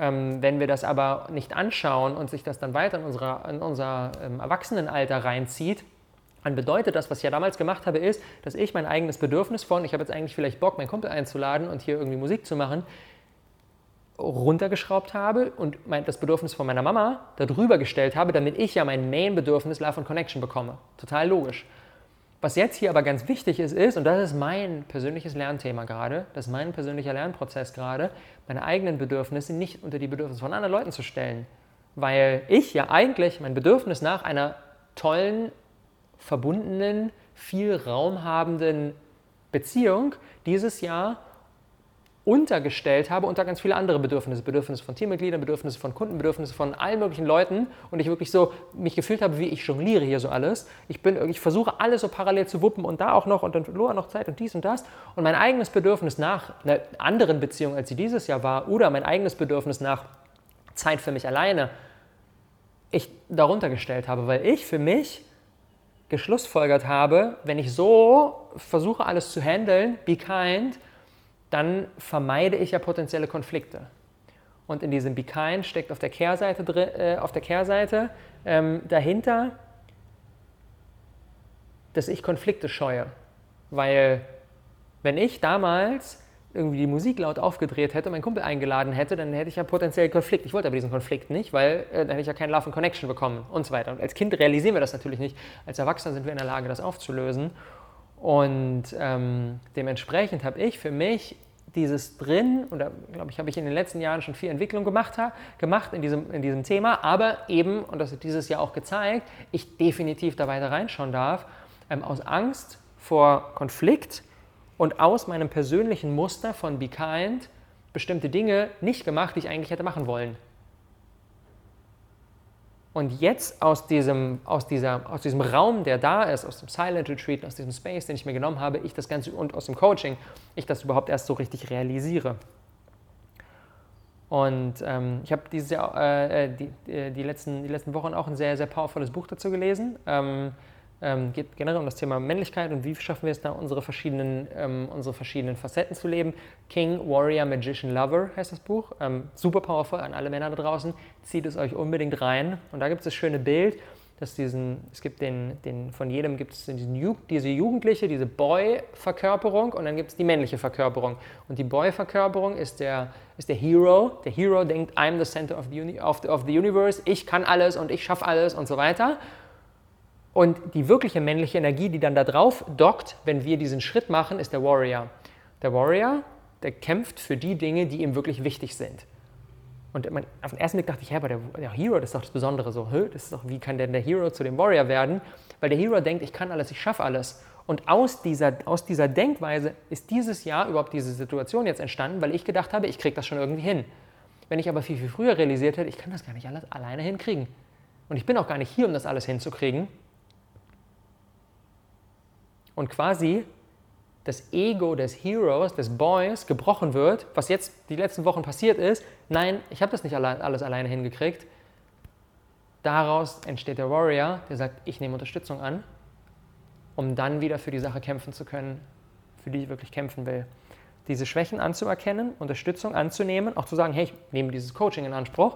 Wenn wir das aber nicht anschauen und sich das dann weiter in unser Erwachsenenalter reinzieht, dann bedeutet das, was ich ja damals gemacht habe, ist, dass ich mein eigenes Bedürfnis ich habe jetzt eigentlich vielleicht Bock, meinen Kumpel einzuladen und hier irgendwie Musik zu machen, runtergeschraubt habe und das Bedürfnis von meiner Mama darüber gestellt habe, damit ich ja mein Main-Bedürfnis Love und Connection bekomme. Total logisch. Was jetzt hier aber ganz wichtig ist, und das ist mein persönliches Lernthema gerade, das ist mein persönlicher Lernprozess gerade, meine eigenen Bedürfnisse nicht unter die Bedürfnisse von anderen Leuten zu stellen. Weil ich ja eigentlich mein Bedürfnis nach einer tollen, verbundenen, viel Raum habenden Beziehung dieses Jahr untergestellt habe unter ganz viele andere Bedürfnisse. Bedürfnisse von Teammitgliedern, Bedürfnisse von Kunden, Bedürfnisse von allen möglichen Leuten und ich wirklich so mich gefühlt habe, wie ich jongliere hier so alles. Ich versuche alles so parallel zu wuppen und da auch noch und dann verlor noch Zeit und dies und das und mein eigenes Bedürfnis nach einer anderen Beziehung, als sie dieses Jahr war oder mein eigenes Bedürfnis nach Zeit für mich alleine, ich darunter gestellt habe, weil ich für mich geschlussfolgert habe, wenn ich so versuche alles zu handeln, be kind, dann vermeide ich ja potenzielle Konflikte. Und in diesem Be Kind steckt auf der Kehrseite dahinter, dass ich Konflikte scheue. Weil wenn ich damals irgendwie die Musik laut aufgedreht hätte und meinen Kumpel eingeladen hätte, dann hätte ich ja potenziell Konflikt. Ich wollte aber diesen Konflikt nicht, weil dann hätte ich ja keinen Love and Connection bekommen und so weiter. Und als Kind realisieren wir das natürlich nicht. Als Erwachsener sind wir in der Lage, das aufzulösen. Und dementsprechend habe ich für mich dieses drin, oder glaube ich, habe ich in den letzten Jahren schon viel Entwicklung gemacht in diesem Thema, aber eben, und das hat dieses Jahr auch gezeigt, ich definitiv da weiter reinschauen darf, aus Angst vor Konflikt und aus meinem persönlichen Muster von Be Kind bestimmte Dinge nicht gemacht, die ich eigentlich hätte machen wollen. Und jetzt aus diesem Raum, der da ist, aus dem Silent Retreat, aus diesem Space, den ich mir genommen habe, ich das Ganze und aus dem Coaching, ich das überhaupt erst so richtig realisiere. Und ich habe dieses Jahr, die letzten Wochen auch ein sehr, sehr powervolles Buch dazu gelesen. Geht generell um das Thema Männlichkeit und wie schaffen wir es da, unsere verschiedenen Facetten zu leben. King, Warrior, Magician, Lover heißt das Buch. Super powerful an alle Männer da draußen. Zieht es euch unbedingt rein. Und da gibt es das schöne Bild, dass von jedem gibt es diese Jugendliche, diese Boy-Verkörperung und dann gibt es die männliche Verkörperung. Und die Boy-Verkörperung ist der Hero. Der Hero denkt, I'm the center of the universe, ich kann alles und ich schaffe alles und so weiter. Und die wirkliche männliche Energie, die dann da drauf dockt, wenn wir diesen Schritt machen, ist der Warrior. Der Warrior, der kämpft für die Dinge, die ihm wirklich wichtig sind. Und auf den ersten Blick dachte ich, aber der Hero, das ist doch das Besondere. Wie kann denn der Hero zu dem Warrior werden? Weil der Hero denkt, ich kann alles, ich schaffe alles. Und aus dieser Denkweise ist dieses Jahr überhaupt diese Situation jetzt entstanden, weil ich gedacht habe, ich kriege das schon irgendwie hin. Wenn ich aber viel, viel früher realisiert hätte, ich kann das gar nicht alles alleine hinkriegen. Und ich bin auch gar nicht hier, um das alles hinzukriegen. Und quasi das Ego des Heroes, des Boys, gebrochen wird, was jetzt die letzten Wochen passiert ist, nein, ich habe das nicht alles alleine hingekriegt. Daraus entsteht der Warrior, der sagt, ich nehme Unterstützung an, um dann wieder für die Sache kämpfen zu können, für die ich wirklich kämpfen will. Diese Schwächen anzuerkennen, Unterstützung anzunehmen, auch zu sagen, hey, ich nehme dieses Coaching in Anspruch,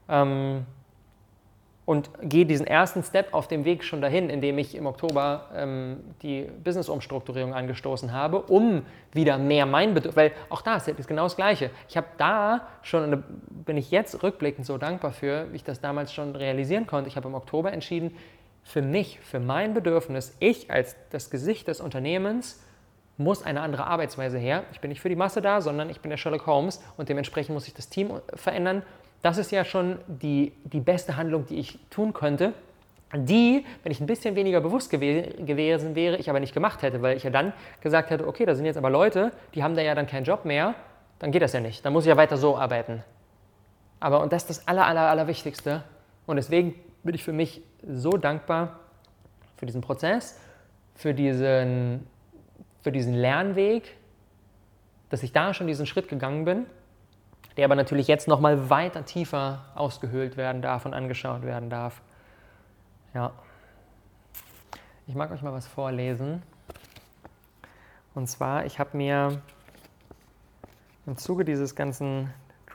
und gehe diesen ersten Step auf dem Weg schon dahin, indem ich im Oktober die Business-Umstrukturierung angestoßen habe, um wieder mehr mein Bedürfnis, weil auch da ist genau das Gleiche. Ich habe da schon, und da bin ich jetzt rückblickend so dankbar für, wie ich das damals schon realisieren konnte. Ich habe im Oktober entschieden, für mich, für mein Bedürfnis, ich als das Gesicht des Unternehmens, muss eine andere Arbeitsweise her. Ich bin nicht für die Masse da, sondern ich bin der Sherlock Holmes und dementsprechend muss sich das Team verändern. Das ist ja schon die beste Handlung, die ich tun könnte, die, wenn ich ein bisschen weniger bewusst gewesen wäre, ich aber nicht gemacht hätte, weil ich ja dann gesagt hätte, okay, da sind jetzt aber Leute, die haben da ja dann keinen Job mehr, dann geht das ja nicht, dann muss ich ja weiter so arbeiten. Und das ist das Allerwichtigste und deswegen bin ich für mich so dankbar für diesen Prozess, für diesen Lernweg, dass ich da schon diesen Schritt gegangen bin, der aber natürlich jetzt nochmal weiter tiefer ausgehöhlt werden darf und angeschaut werden darf. Ja. Ich mag euch mal was vorlesen. Und zwar, ich habe mir im Zuge dieses ganzen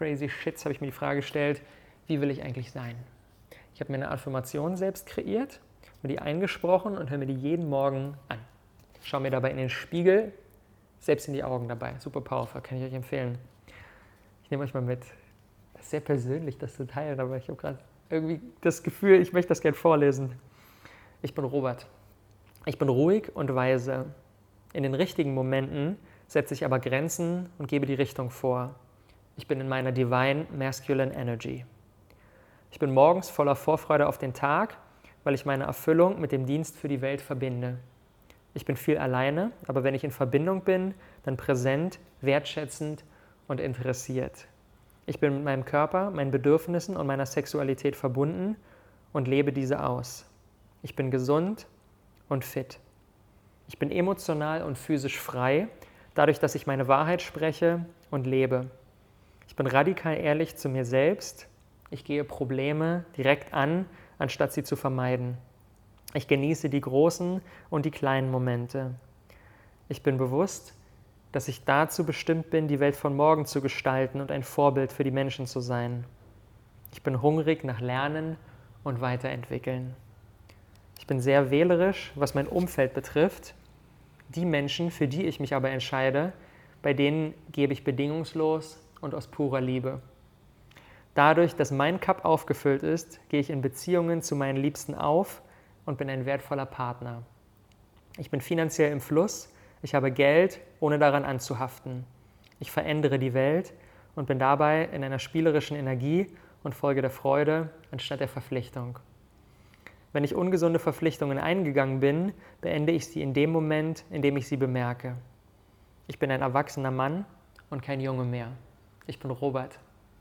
crazy Shits habe ich mir die Frage gestellt, wie will ich eigentlich sein? Ich habe mir eine Affirmation selbst kreiert, mir die eingesprochen und höre mir die jeden Morgen an. Schau mir dabei in den Spiegel, selbst in die Augen dabei. Super powerful, kann ich euch empfehlen. Ich nehme euch mal mit. Das ist sehr persönlich, das zu teilen, aber ich habe gerade irgendwie das Gefühl, ich möchte das gerne vorlesen. Ich bin Robert. Ich bin ruhig und weise. In den richtigen Momenten setze ich aber Grenzen und gebe die Richtung vor. Ich bin in meiner Divine Masculine Energy. Ich bin morgens voller Vorfreude auf den Tag, weil ich meine Erfüllung mit dem Dienst für die Welt verbinde. Ich bin viel alleine, aber wenn ich in Verbindung bin, dann präsent, wertschätzend und interessiert. Ich bin mit meinem Körper, meinen Bedürfnissen und meiner Sexualität verbunden und lebe diese aus. Ich bin gesund und fit. Ich bin emotional und physisch frei, dadurch, dass ich meine Wahrheit spreche und lebe. Ich bin radikal ehrlich zu mir selbst. Ich gehe Probleme direkt an, anstatt sie zu vermeiden. Ich genieße die großen und die kleinen Momente. Ich bin bewusst, dass ich dazu bestimmt bin, die Welt von morgen zu gestalten und ein Vorbild für die Menschen zu sein. Ich bin hungrig nach Lernen und Weiterentwickeln. Ich bin sehr wählerisch, was mein Umfeld betrifft. Die Menschen, für die ich mich aber entscheide, bei denen gebe ich bedingungslos und aus purer Liebe. Dadurch, dass mein Cup aufgefüllt ist, gehe ich in Beziehungen zu meinen Liebsten auf und bin ein wertvoller Partner. Ich bin finanziell im Fluss, ich habe Geld, ohne daran anzuhaften. Ich verändere die Welt und bin dabei in einer spielerischen Energie und folge der Freude anstatt der Verpflichtung. Wenn ich ungesunde Verpflichtungen eingegangen bin, beende ich sie in dem Moment, in dem ich sie bemerke. Ich bin ein erwachsener Mann und kein Junge mehr. Ich bin Robert.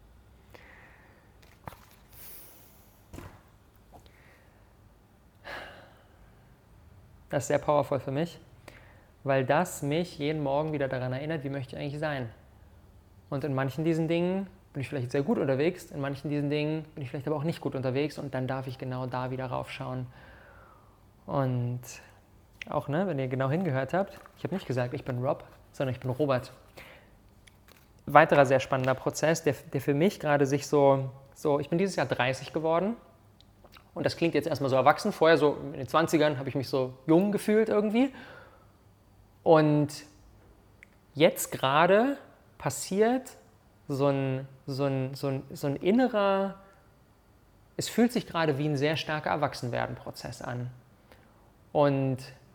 Das ist sehr powerful für mich, weil das mich jeden Morgen wieder daran erinnert, wie möchte ich eigentlich sein. Und in manchen diesen Dingen bin ich vielleicht sehr gut unterwegs, in manchen diesen Dingen bin ich vielleicht aber auch nicht gut unterwegs und dann darf ich genau da wieder raufschauen. Und auch, wenn ihr genau hingehört habt, ich habe nicht gesagt, ich bin Rob, sondern ich bin Robert. Weiterer sehr spannender Prozess, der für mich gerade sich ich bin dieses Jahr 30 geworden. Und das klingt jetzt erstmal so erwachsen. Vorher so in den 20ern habe ich mich so jung gefühlt irgendwie. Und jetzt gerade passiert so ein innerer, es fühlt sich gerade wie ein sehr starker Erwachsenwerden-Prozess an. Und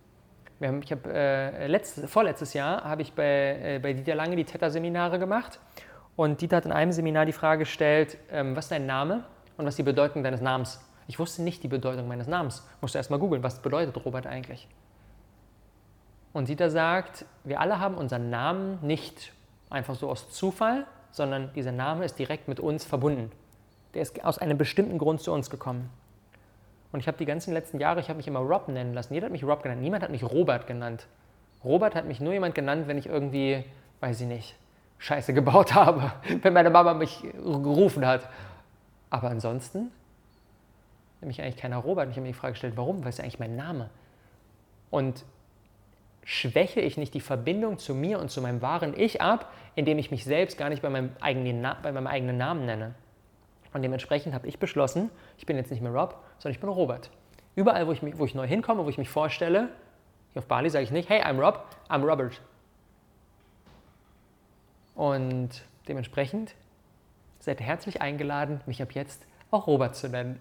vorletztes Jahr habe ich bei Dieter Lange die Theta-Seminare gemacht. Und Dieter hat in einem Seminar die Frage gestellt, was ist dein Name und was ist die Bedeutung deines Namens? Ich wusste nicht die Bedeutung meines Namens. Musste erst mal googeln, was bedeutet Robert eigentlich? Und Dieter sagt, wir alle haben unseren Namen nicht einfach so aus Zufall, sondern dieser Name ist direkt mit uns verbunden. Der ist aus einem bestimmten Grund zu uns gekommen. Und ich habe die ganzen letzten Jahre, ich habe mich immer Rob nennen lassen. Jeder hat mich Rob genannt, niemand hat mich Robert genannt. Robert hat mich nur jemand genannt, wenn ich irgendwie, weiß ich nicht, Scheiße gebaut habe, wenn meine Mama mich gerufen hat. Aber ansonsten hat mich eigentlich keiner Robert. Ich habe mir die Frage gestellt, warum? Weil es ja eigentlich mein Name. Und schwäche ich nicht die Verbindung zu mir und zu meinem wahren Ich ab, indem ich mich selbst gar nicht bei meinem eigenen Namen nenne. Und dementsprechend habe ich beschlossen, ich bin jetzt nicht mehr Rob, sondern ich bin Robert. Überall, wo ich neu hinkomme, wo ich mich vorstelle, hier auf Bali sage ich nicht, hey, I'm Rob, I'm Robert. Und dementsprechend seid ihr herzlich eingeladen, mich ab jetzt auch Robert zu nennen.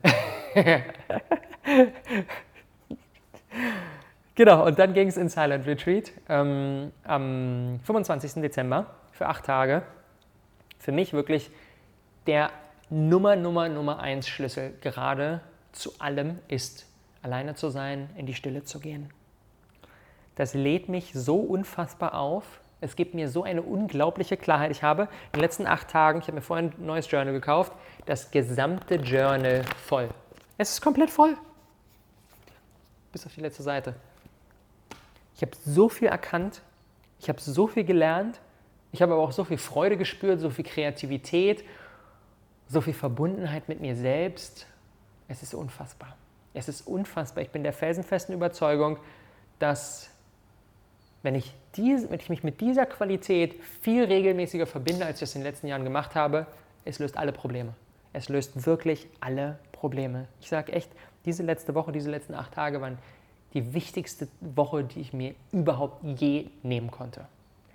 Genau, und dann ging es in Silent Retreat am 25. Dezember für 8 Tage. Für mich wirklich der Nummer 1 Schlüssel gerade zu allem ist, alleine zu sein, in die Stille zu gehen. Das lädt mich so unfassbar auf. Es gibt mir so eine unglaubliche Klarheit. Ich habe in den letzten 8 Tagen, ich habe mir vorhin ein neues Journal gekauft, das gesamte Journal voll. Es ist komplett voll. Bis auf die letzte Seite. Ich habe so viel erkannt, ich habe so viel gelernt, ich habe aber auch so viel Freude gespürt, so viel Kreativität, so viel Verbundenheit mit mir selbst. Es ist unfassbar. Es ist unfassbar. Ich bin der felsenfesten Überzeugung, dass wenn ich mich mit dieser Qualität viel regelmäßiger verbinde, als ich das in den letzten Jahren gemacht habe, Es löst alle Probleme. Es löst wirklich alle Probleme. Ich sage echt, diese letzte Woche, diese letzten 8 Tage waren die wichtigste Woche, die ich mir überhaupt je nehmen konnte.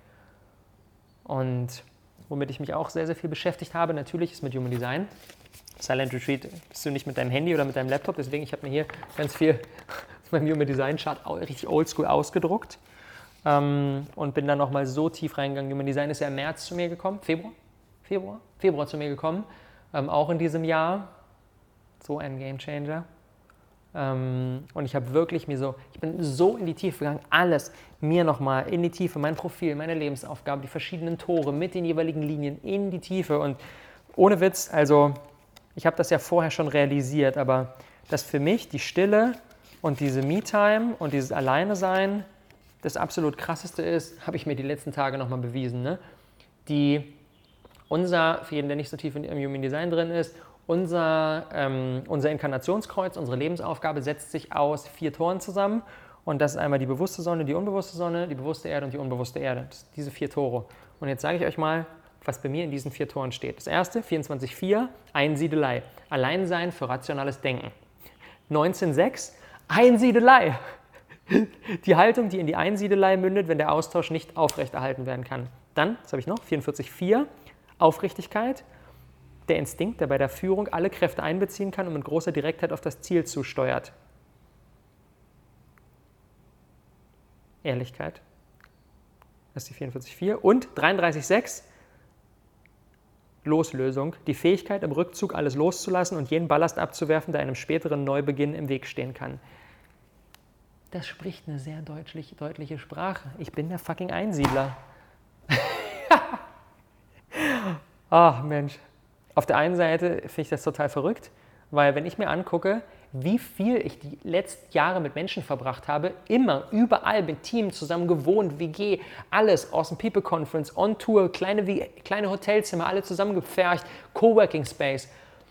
Und womit ich mich auch sehr, sehr viel beschäftigt habe, natürlich ist mit Human Design. Silent Retreat bist du nicht mit deinem Handy oder mit deinem Laptop, deswegen ich habe mir hier ganz viel aus meinem Human Design Chart richtig oldschool ausgedruckt und bin dann nochmal so tief reingegangen. Human Design ist ja im März zu mir gekommen, Februar zu mir gekommen, auch in diesem Jahr. So ein Game Changer. Und ich habe wirklich ich bin so in die Tiefe gegangen, alles mir nochmal in die Tiefe, mein Profil, meine Lebensaufgabe, die verschiedenen Tore mit den jeweiligen Linien in die Tiefe und ohne Witz, also ich habe das ja vorher schon realisiert, aber dass für mich die Stille und diese Me-Time und dieses Alleine-Sein das absolut Krasseste ist, habe ich mir die letzten Tage nochmal bewiesen. Ne? Für jeden, der nicht so tief im Human Design drin ist, unser Inkarnationskreuz, unsere Lebensaufgabe setzt sich aus 4 Toren zusammen. Und das ist einmal die bewusste Sonne, die bewusste Erde und die unbewusste Erde. Das sind diese 4 Tore. Und jetzt sage ich euch mal, was bei mir in diesen 4 Toren steht. Das erste, 24,4, Einsiedelei. Alleinsein für rationales Denken. 19,6, Einsiedelei. Die Haltung, die in die Einsiedelei mündet, wenn der Austausch nicht aufrechterhalten werden kann. Dann, was habe ich noch? 44,4, Aufrichtigkeit. Der Instinkt, der bei der Führung alle Kräfte einbeziehen kann und mit großer Direktheit auf das Ziel zusteuert. Ehrlichkeit. Das ist die 44,4. Und 33,6, Loslösung. Die Fähigkeit, im Rückzug alles loszulassen und jeden Ballast abzuwerfen, der einem späteren Neubeginn im Weg stehen kann. Das spricht eine sehr deutliche Sprache. Ich bin der fucking Einsiedler. Ach Mensch. Auf der einen Seite finde ich das total verrückt, weil wenn ich mir angucke, wie viel ich die letzten Jahre mit Menschen verbracht habe, immer, überall mit Team zusammen gewohnt, WG, alles, Awesome People Conference, on Tour, kleine Hotelzimmer, alle zusammengepfercht, Coworking Space.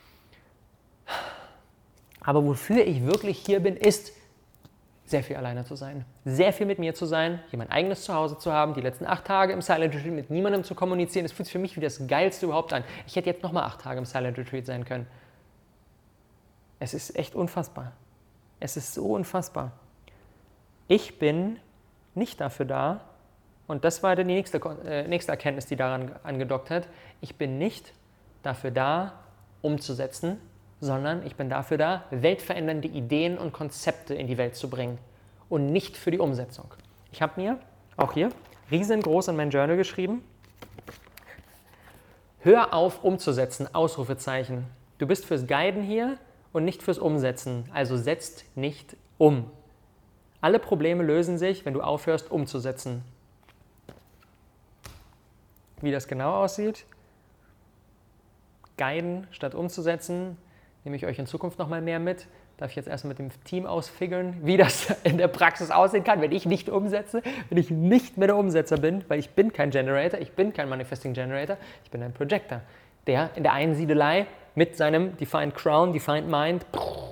Aber wofür ich wirklich hier bin, ist, sehr viel alleine zu sein, sehr viel mit mir zu sein, hier mein eigenes Zuhause zu haben, die letzten 8 Tage im Silent Retreat mit niemandem zu kommunizieren. Das fühlt sich für mich wie das Geilste überhaupt an. Ich hätte jetzt nochmal 8 Tage im Silent Retreat sein können. Es ist echt unfassbar. Es ist so unfassbar. Ich bin nicht dafür da, und das war die nächste Erkenntnis, die daran angedockt hat, ich bin nicht dafür da, umzusetzen, sondern ich bin dafür da, weltverändernde Ideen und Konzepte in die Welt zu bringen und nicht für die Umsetzung. Ich habe mir, auch hier, riesengroß in mein Journal geschrieben, hör auf umzusetzen, Ausrufezeichen. Du bist fürs Guiden hier und nicht fürs Umsetzen, also setzt nicht um. Alle Probleme lösen sich, wenn du aufhörst umzusetzen. Wie das genau aussieht, guiden statt umzusetzen, nehme ich euch in Zukunft nochmal mehr mit. Darf ich jetzt erstmal mit dem Team ausfigern, wie das in der Praxis aussehen kann, wenn ich nicht umsetze, wenn ich nicht mehr der Umsetzer bin, weil ich bin kein Generator, ich bin kein Manifesting Generator, ich bin ein Projector, der in der Einsiedelei mit seinem Defined Crown, Defined Mind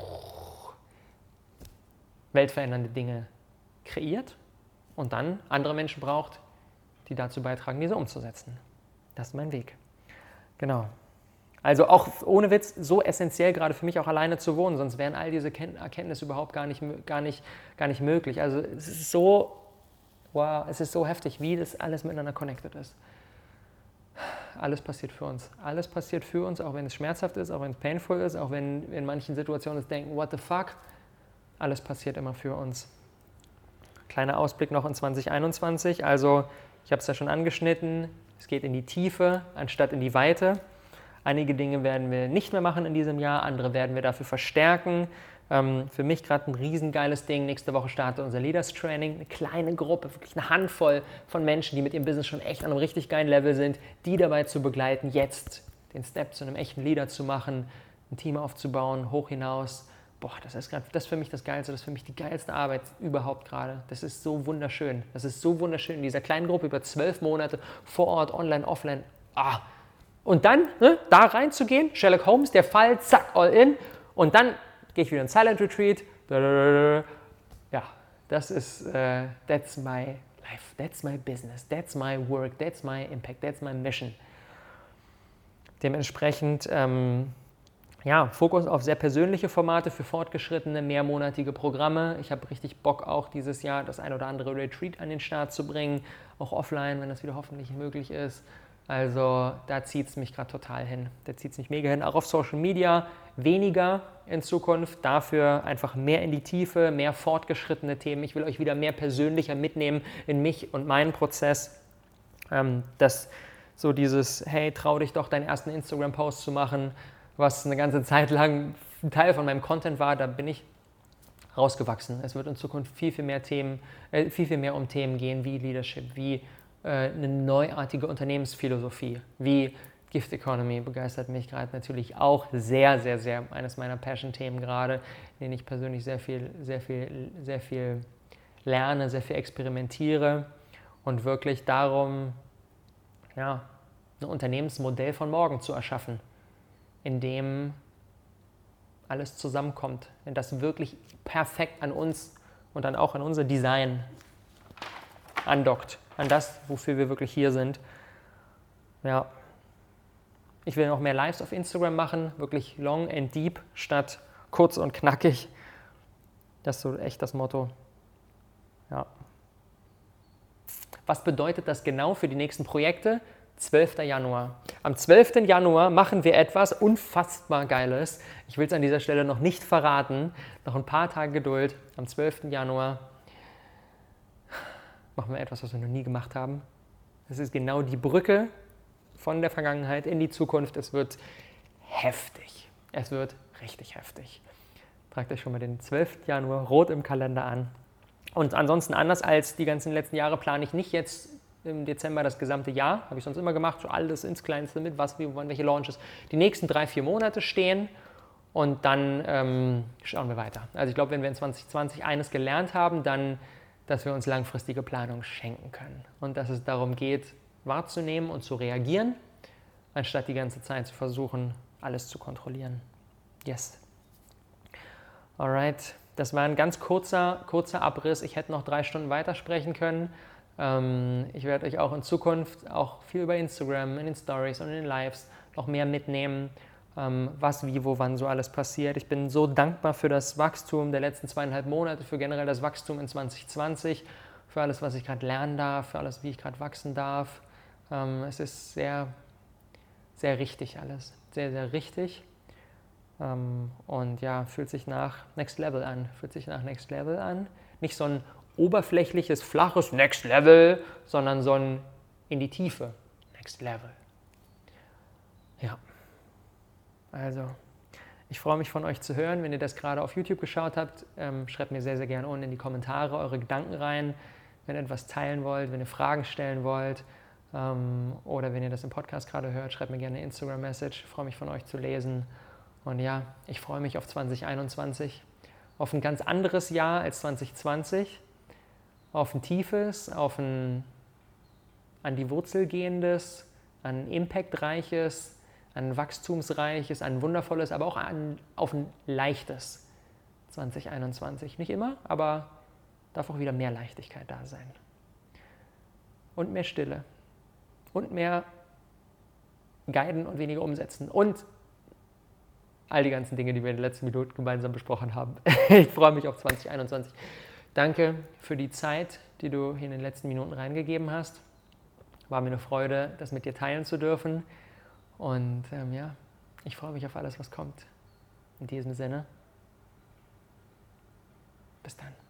weltverändernde Dinge kreiert und dann andere Menschen braucht, die dazu beitragen, diese umzusetzen. Das ist mein Weg. Genau. Also auch ohne Witz so essentiell gerade für mich auch alleine zu wohnen, sonst wären all diese Erkenntnisse überhaupt gar nicht möglich. Also es ist so, wow, es ist so heftig, wie das alles miteinander connected ist. Alles passiert für uns. Alles passiert für uns, auch wenn es schmerzhaft ist, auch wenn es painful ist, auch wenn wir in manchen Situationen denken, what the fuck? Alles passiert immer für uns. Kleiner Ausblick noch in 2021. Also ich habe es ja schon angeschnitten, es geht in die Tiefe anstatt in die Weite. Einige Dinge werden wir nicht mehr machen in diesem Jahr, andere werden wir dafür verstärken. Für mich gerade ein riesengeiles Ding. Nächste Woche startet unser Leaders Training. Eine kleine Gruppe, wirklich eine Handvoll von Menschen, die mit ihrem Business schon echt an einem richtig geilen Level sind, die dabei zu begleiten, jetzt den Step zu einem echten Leader zu machen, ein Team aufzubauen, hoch hinaus. Boah, das ist für mich das Geilste, das ist für mich die geilste Arbeit überhaupt gerade. Das ist so wunderschön. Das ist so wunderschön in dieser kleinen Gruppe über 12 Monate, vor Ort, online, offline. Und dann da reinzugehen, Sherlock Holmes, der Fall, zack, all in. Und dann gehe ich wieder in Silent Retreat. Ja, das ist, that's my life, that's my business, that's my work, that's my impact, that's my mission. Dementsprechend Fokus auf sehr persönliche Formate für Fortgeschrittene, mehrmonatige Programme. Ich habe richtig Bock auch dieses Jahr das ein oder andere Retreat an den Start zu bringen, auch offline, wenn das wieder hoffentlich möglich ist. Also da zieht es mich gerade total hin. Da zieht es mich mega hin. Auch auf Social Media weniger in Zukunft, dafür einfach mehr in die Tiefe, mehr fortgeschrittene Themen. Ich will euch wieder mehr persönlicher mitnehmen in mich und meinen Prozess. Das so dieses, hey, trau dich doch, deinen ersten Instagram-Post zu machen, was eine ganze Zeit lang ein Teil von meinem Content war, da bin ich rausgewachsen. Es wird in Zukunft viel mehr um Themen gehen wie Leadership, wie eine neuartige Unternehmensphilosophie, wie Gift Economy begeistert mich gerade natürlich auch sehr, sehr, sehr. Eines meiner Passion-Themen gerade, in denen ich persönlich sehr viel lerne, sehr viel experimentiere und wirklich darum, ein Unternehmensmodell von morgen zu erschaffen, in dem alles zusammenkommt, in das wirklich perfekt an uns und dann auch an unser Design andockt, an das, wofür wir wirklich hier sind. Ja. Ich will noch mehr Lives auf Instagram machen, wirklich long and deep statt kurz und knackig. Das ist so echt das Motto. Ja. Was bedeutet das genau für die nächsten Projekte? 12. Januar. Am 12. Januar machen wir etwas unfassbar Geiles. Ich will es an dieser Stelle noch nicht verraten. Noch ein paar Tage Geduld. Am 12. Januar machen wir etwas, was wir noch nie gemacht haben. Das ist genau die Brücke von der Vergangenheit in die Zukunft. Es wird heftig. Es wird richtig heftig. Tragt euch schon mal den 12. Januar rot im Kalender an. Und ansonsten, anders als die ganzen letzten Jahre, plane ich nicht jetzt im Dezember das gesamte Jahr. Habe ich sonst immer gemacht, so alles ins Kleinste mit, was wir wollen, welche Launches. Die nächsten 3-4 Monate stehen und dann schauen wir weiter. Also ich glaube, wenn wir in 2020 eines gelernt haben, dann, dass wir uns langfristige Planung schenken können. Und dass es darum geht, wahrzunehmen und zu reagieren, anstatt die ganze Zeit zu versuchen, alles zu kontrollieren. Yes. Alright. Das war ein ganz kurzer Abriss. Ich hätte noch 3 Stunden weitersprechen können. Ich werde euch auch in Zukunft auch viel über Instagram, in den Stories und in den Lives noch mehr mitnehmen, was, wie, wo, wann so alles passiert. Ich bin so dankbar für das Wachstum der letzten 2,5 Monate, für generell das Wachstum in 2020, für alles, was ich gerade lernen darf, für alles, wie ich gerade wachsen darf. Es ist sehr, sehr richtig alles. Sehr, sehr richtig. Und ja, fühlt sich nach Next Level an. Nicht so ein oberflächliches, flaches Next Level, sondern so ein in die Tiefe Next Level. Ja, also ich freue mich von euch zu hören. Wenn ihr das gerade auf YouTube geschaut habt, schreibt mir sehr, sehr gerne unten in die Kommentare eure Gedanken rein. Wenn ihr etwas teilen wollt, wenn ihr Fragen stellen wollt oder wenn ihr das im Podcast gerade hört, schreibt mir gerne eine Instagram-Message. Ich freue mich von euch zu lesen. Und ja, ich freue mich auf 2021, auf ein ganz anderes Jahr als 2020, auf ein tiefes, auf ein an die Wurzel gehendes, an impactreiches, an wachstumsreiches, an wundervolles, aber auch auf ein leichtes 2021. Nicht immer, aber darf auch wieder mehr Leichtigkeit da sein. Und mehr Stille. Und mehr guiden und weniger umsetzen. Und all die ganzen Dinge, die wir in den letzten Minuten gemeinsam besprochen haben. Ich freue mich auf 2021. Danke für die Zeit, die du hier in den letzten Minuten reingegeben hast. War mir eine Freude, das mit dir teilen zu dürfen. Und ich freue mich auf alles, was kommt. In diesem Sinne, bis dann.